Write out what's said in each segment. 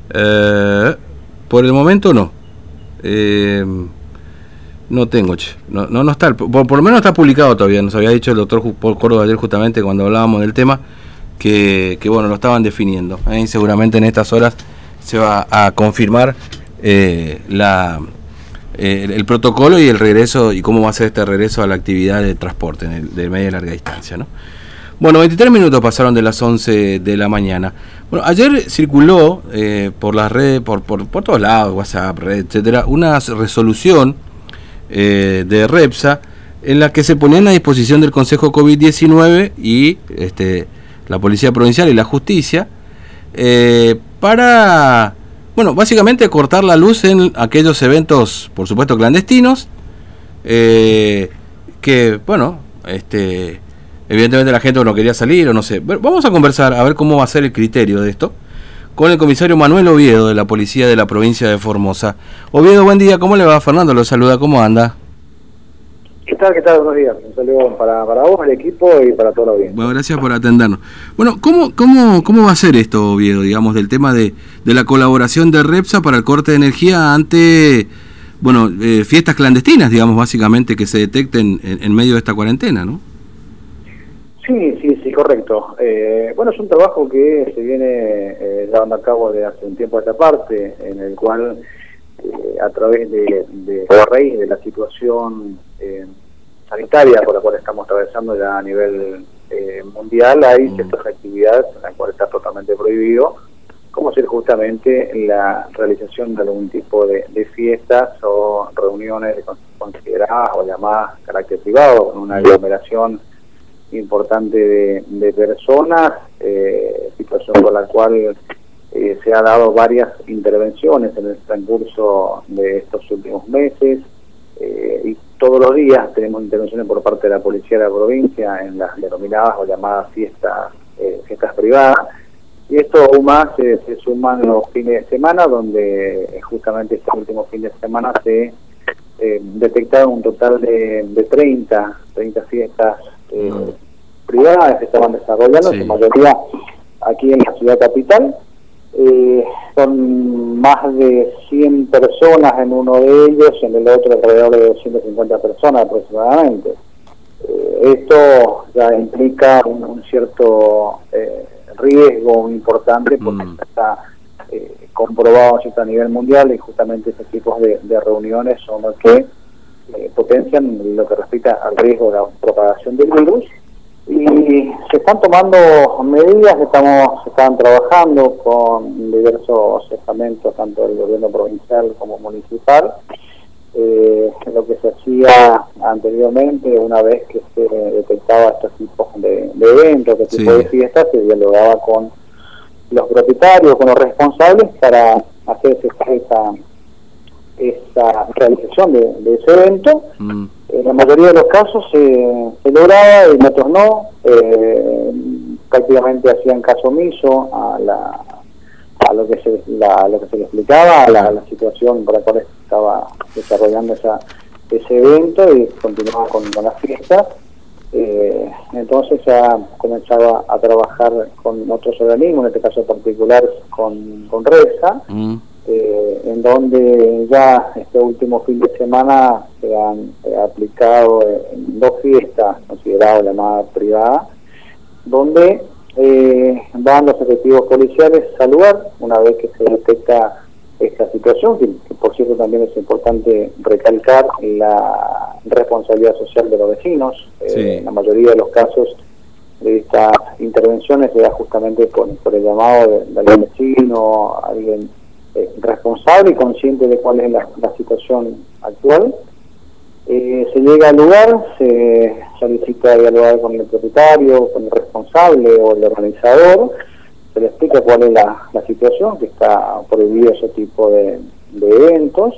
Por el momento no. No tengo, che. No está. Por lo menos está publicado todavía. Nos había dicho el doctor Paul Córdoba ayer justamente cuando hablábamos del tema que bueno, lo estaban definiendo. Y seguramente en estas horas se va a confirmar el protocolo y el regreso y cómo va a ser este regreso a la actividad de transporte de media y larga distancia, ¿no? Bueno, 23 minutos pasaron de las 11 de la mañana. Bueno, ayer circuló por las redes, por todos lados, WhatsApp, red, etcétera, una resolución de REPSA en la que se ponían a disposición del Consejo COVID-19 y la Policía Provincial y la Justicia para, bueno, básicamente cortar la luz en aquellos eventos, por supuesto, clandestinos, que, bueno, evidentemente la gente no quería salir o no sé. Vamos a conversar a ver cómo va a ser el criterio de esto con el comisario Manuel Oviedo de la Policía de la Provincia de Formosa. Oviedo, buen día, ¿cómo le va? Fernando lo saluda, ¿cómo anda? ¿Qué tal? Buenos días. Un saludo para vos, el equipo y para toda la audiencia. Bueno, gracias por atendernos. Bueno, ¿cómo va a ser esto, Oviedo, digamos, del tema de la colaboración de REPSA para el corte de energía ante, bueno, fiestas clandestinas, digamos, básicamente, que se detecten en medio de esta cuarentena, ¿no? Sí, correcto. Bueno, es un trabajo que se viene llevando a cabo de hace un tiempo a esta parte, en el cual a través de a raíz de la situación sanitaria por la cual estamos atravesando ya a nivel mundial, hay ciertas actividades en las cuales está totalmente prohibido, como ser justamente la realización de algún tipo de fiestas o reuniones consideradas o llamadas carácter privado, con una aglomeración importante de personas, situación por la cual se ha dado varias intervenciones en el transcurso de estos últimos meses, y todos los días tenemos intervenciones por parte de la Policía de la Provincia en las denominadas o llamadas fiestas privadas, y esto aún más se suman los fines de semana, donde justamente este último fin de semana se detectaron un total de 30 fiestas privadas que estaban desarrollando, en su mayoría aquí en la ciudad capital, con más de 100 personas en uno de ellos, en el otro alrededor de 250 personas aproximadamente. Esto ya implica un cierto riesgo importante, porque está comprobado a nivel mundial, y justamente estos tipos de reuniones son los que potencian lo que respecta al riesgo de la propagación del virus. Y se están tomando medidas, se están trabajando con diversos estamentos, tanto del gobierno provincial como municipal. Lo que se hacía anteriormente, una vez que se detectaba estos tipos de eventos, este tipo de fiestas, se dialogaba con los propietarios, con los responsables, para hacer esa realización de ese evento. En la mayoría de los casos se lograba, en otros no. Prácticamente hacían caso omiso a lo que se le explicaba, a la situación por la cual estaba desarrollando ese evento, y continuaba con las fiestas. Entonces ya comenzaba a trabajar con otros organismos, en este caso particular con REPSA, en donde ya este último fin de semana se han aplicado en 2 fiestas consideradas llamadas privadas, donde van los efectivos policiales al lugar una vez que se detecta esta situación, que por cierto también es importante recalcar la responsabilidad social de los vecinos. En la mayoría de los casos de estas intervenciones se da justamente por el llamado de algún vecino, alguien responsable y consciente de cuál es la situación actual. Se llega al lugar, se solicita dialogar con el propietario, con el responsable o el organizador, se le explica cuál es la situación, que está prohibido ese tipo de eventos,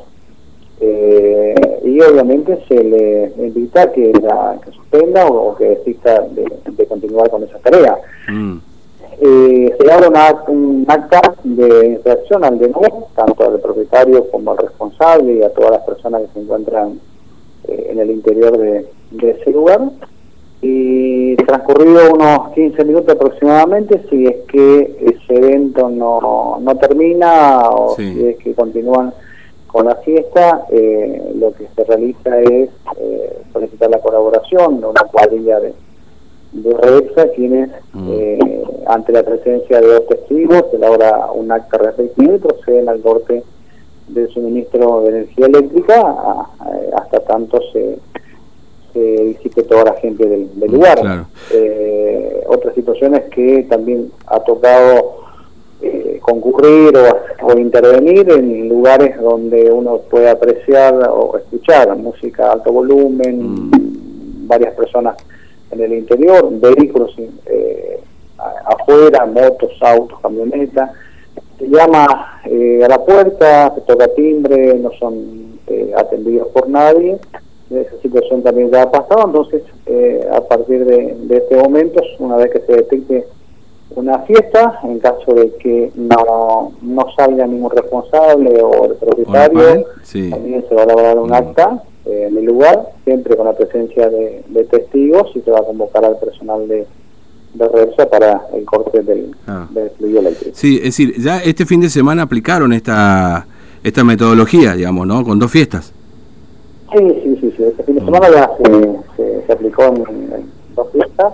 y obviamente se le invita que suspenda o que desista de continuar con esa tarea. Se abre un acta de infracción al denuncia, tanto al propietario como al responsable y a todas las personas que se encuentran en el interior de ese lugar, Y transcurrido unos 15 minutos aproximadamente, si es que ese evento no termina o Sí. si es que continúan con la fiesta, lo que se realiza es solicitar la colaboración de una cuadrilla de REPSA, quienes ante la presencia de dos testigos se elabora un acta respectivo y proceden al corte del suministro de energía eléctrica hasta tanto se disipe toda la gente del lugar. Claro. Otras situaciones que también ha tocado concurrir o intervenir en lugares donde uno puede apreciar o escuchar música a alto volumen, varias personas en el interior, vehículos afuera, motos, autos, camionetas. Se llama a la puerta, se toca timbre, no son atendidos por nadie. Esa situación también ya ha pasado, entonces a partir de este momento, una vez que se detecte una fiesta, en caso de que no salga ningún responsable o el propietario, sí, también se va a elaborar un acta en el lugar, siempre con la presencia de testigos, y se va a convocar al personal de REPSA para el corte del fluido eléctrico. Sí, es decir, ya este fin de semana aplicaron esta metodología, digamos, ¿no? Con 2 fiestas. Sí. Este fin de semana ya se aplicó en 2 fiestas,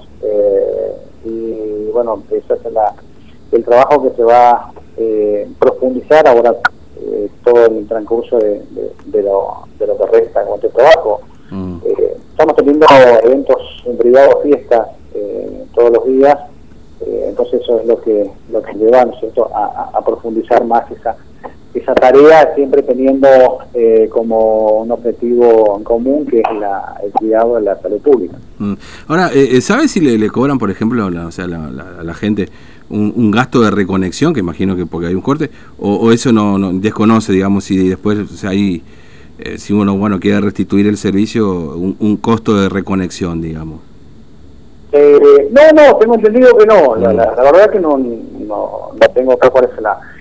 y bueno, ese es el trabajo que se va a profundizar ahora todo el transcurso de lo que resta con este trabajo. Estamos teniendo eventos en privado, fiestas todos los días, entonces eso es lo que lleva, ¿no es cierto?, a profundizar más esa tarea, siempre teniendo como un objetivo en común, que es el cuidado de la salud pública. Ahora, ¿sabes si le cobran, por ejemplo, a la gente un gasto de reconexión, que imagino que porque hay un corte, o eso no desconoce, digamos, si después, o sea, hay, si uno quiere restituir el servicio, un costo de reconexión, digamos? No, tengo entendido que no. La verdad que no tengo claro cuál es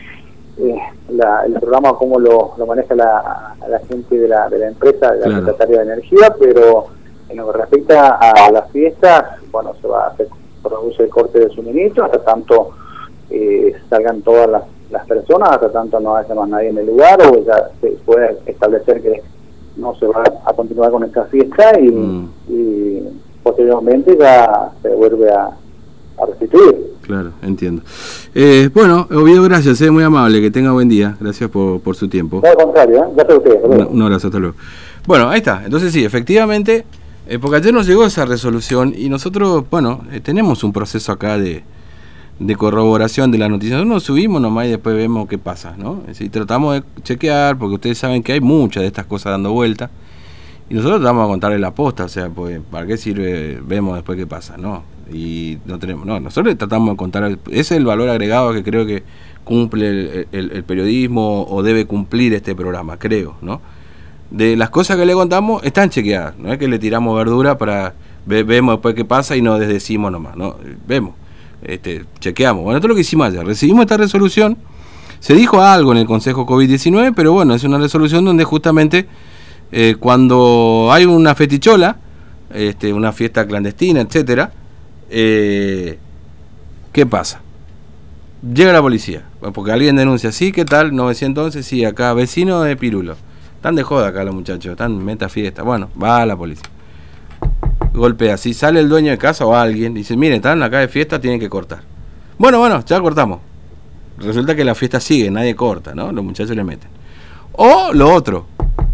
el programa, cómo lo maneja la gente de la empresa, de la Secretaría de Energía, pero en lo que respecta a las fiestas, bueno, se produce el corte de suministro hasta tanto salgan todas las personas, hasta tanto no haya más nadie en el lugar, o ya se puede establecer que no se va a continuar con esta fiesta y posteriormente ya se vuelve a restituir. Claro, entiendo. Bueno, Oviedo, gracias, muy amable, que tenga buen día, gracias por su tiempo. No, al contrario, gracias a ustedes. Un abrazo, hasta luego. Bueno, ahí está, entonces sí, efectivamente, porque ayer nos llegó esa resolución y nosotros, tenemos un proceso acá de corroboración de la noticia. Nosotros nos subimos nomás y después vemos qué pasa, ¿no? Es decir, tratamos de chequear, porque ustedes saben que hay muchas de estas cosas dando vuelta. Y nosotros vamos a contarle la posta, o sea, pues, ¿para qué sirve? Vemos después qué pasa, ¿no? Y nosotros tratamos de contar, ese es el valor agregado que creo que cumple el periodismo o debe cumplir este programa, creo, ¿no? De las cosas que le contamos están chequeadas, no es que le tiramos verdura para vemos después qué pasa y no desdecimos nomás, ¿no? Vemos, chequeamos. Bueno, esto es lo que hicimos ayer, recibimos esta resolución, se dijo algo en el Consejo COVID-19, pero bueno, es una resolución donde justamente cuando hay una festichola, una fiesta clandestina, etcétera, ¿qué pasa? Llega la policía, porque alguien denuncia, sí, ¿qué tal? 911, sí, acá, vecino de Pirulo. Están de joda acá los muchachos, están meta fiesta. Bueno, va la policía. Golpea, si sale el dueño de casa o alguien, dice, miren, están acá de fiesta, tienen que cortar. Bueno, ya cortamos. Resulta que la fiesta sigue, nadie corta, ¿no? Los muchachos le meten. O lo otro,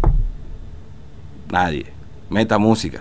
nadie meta música,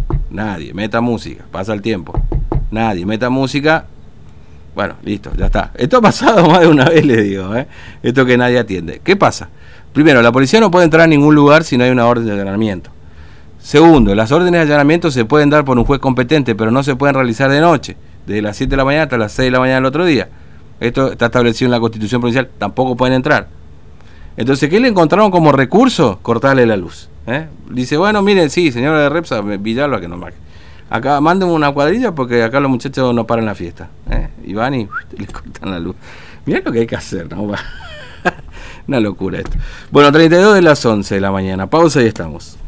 pasa el tiempo, nadie meta música, bueno, listo, ya está. Esto ha pasado más de una vez, le digo, esto que nadie atiende. ¿Qué pasa? Primero, la policía no puede entrar a ningún lugar si no hay una orden de allanamiento. Segundo, las órdenes de allanamiento se pueden dar por un juez competente, pero no se pueden realizar de noche, desde las 7 de la mañana hasta las 6 de la mañana del otro día. Esto está establecido en la Constitución Provincial, tampoco pueden entrar. Entonces, ¿qué le encontraron como recurso? Cortarle la luz. Dice, bueno, miren, sí, señora de REPSA, Villalba, que no marque. Acá manden una cuadrilla porque acá los muchachos no paran la fiesta. Y van y le cortan la luz. Mirá lo que hay que hacer, ¿no? Una locura esto. Bueno, 32 de las 11 de la mañana. Pausa y estamos.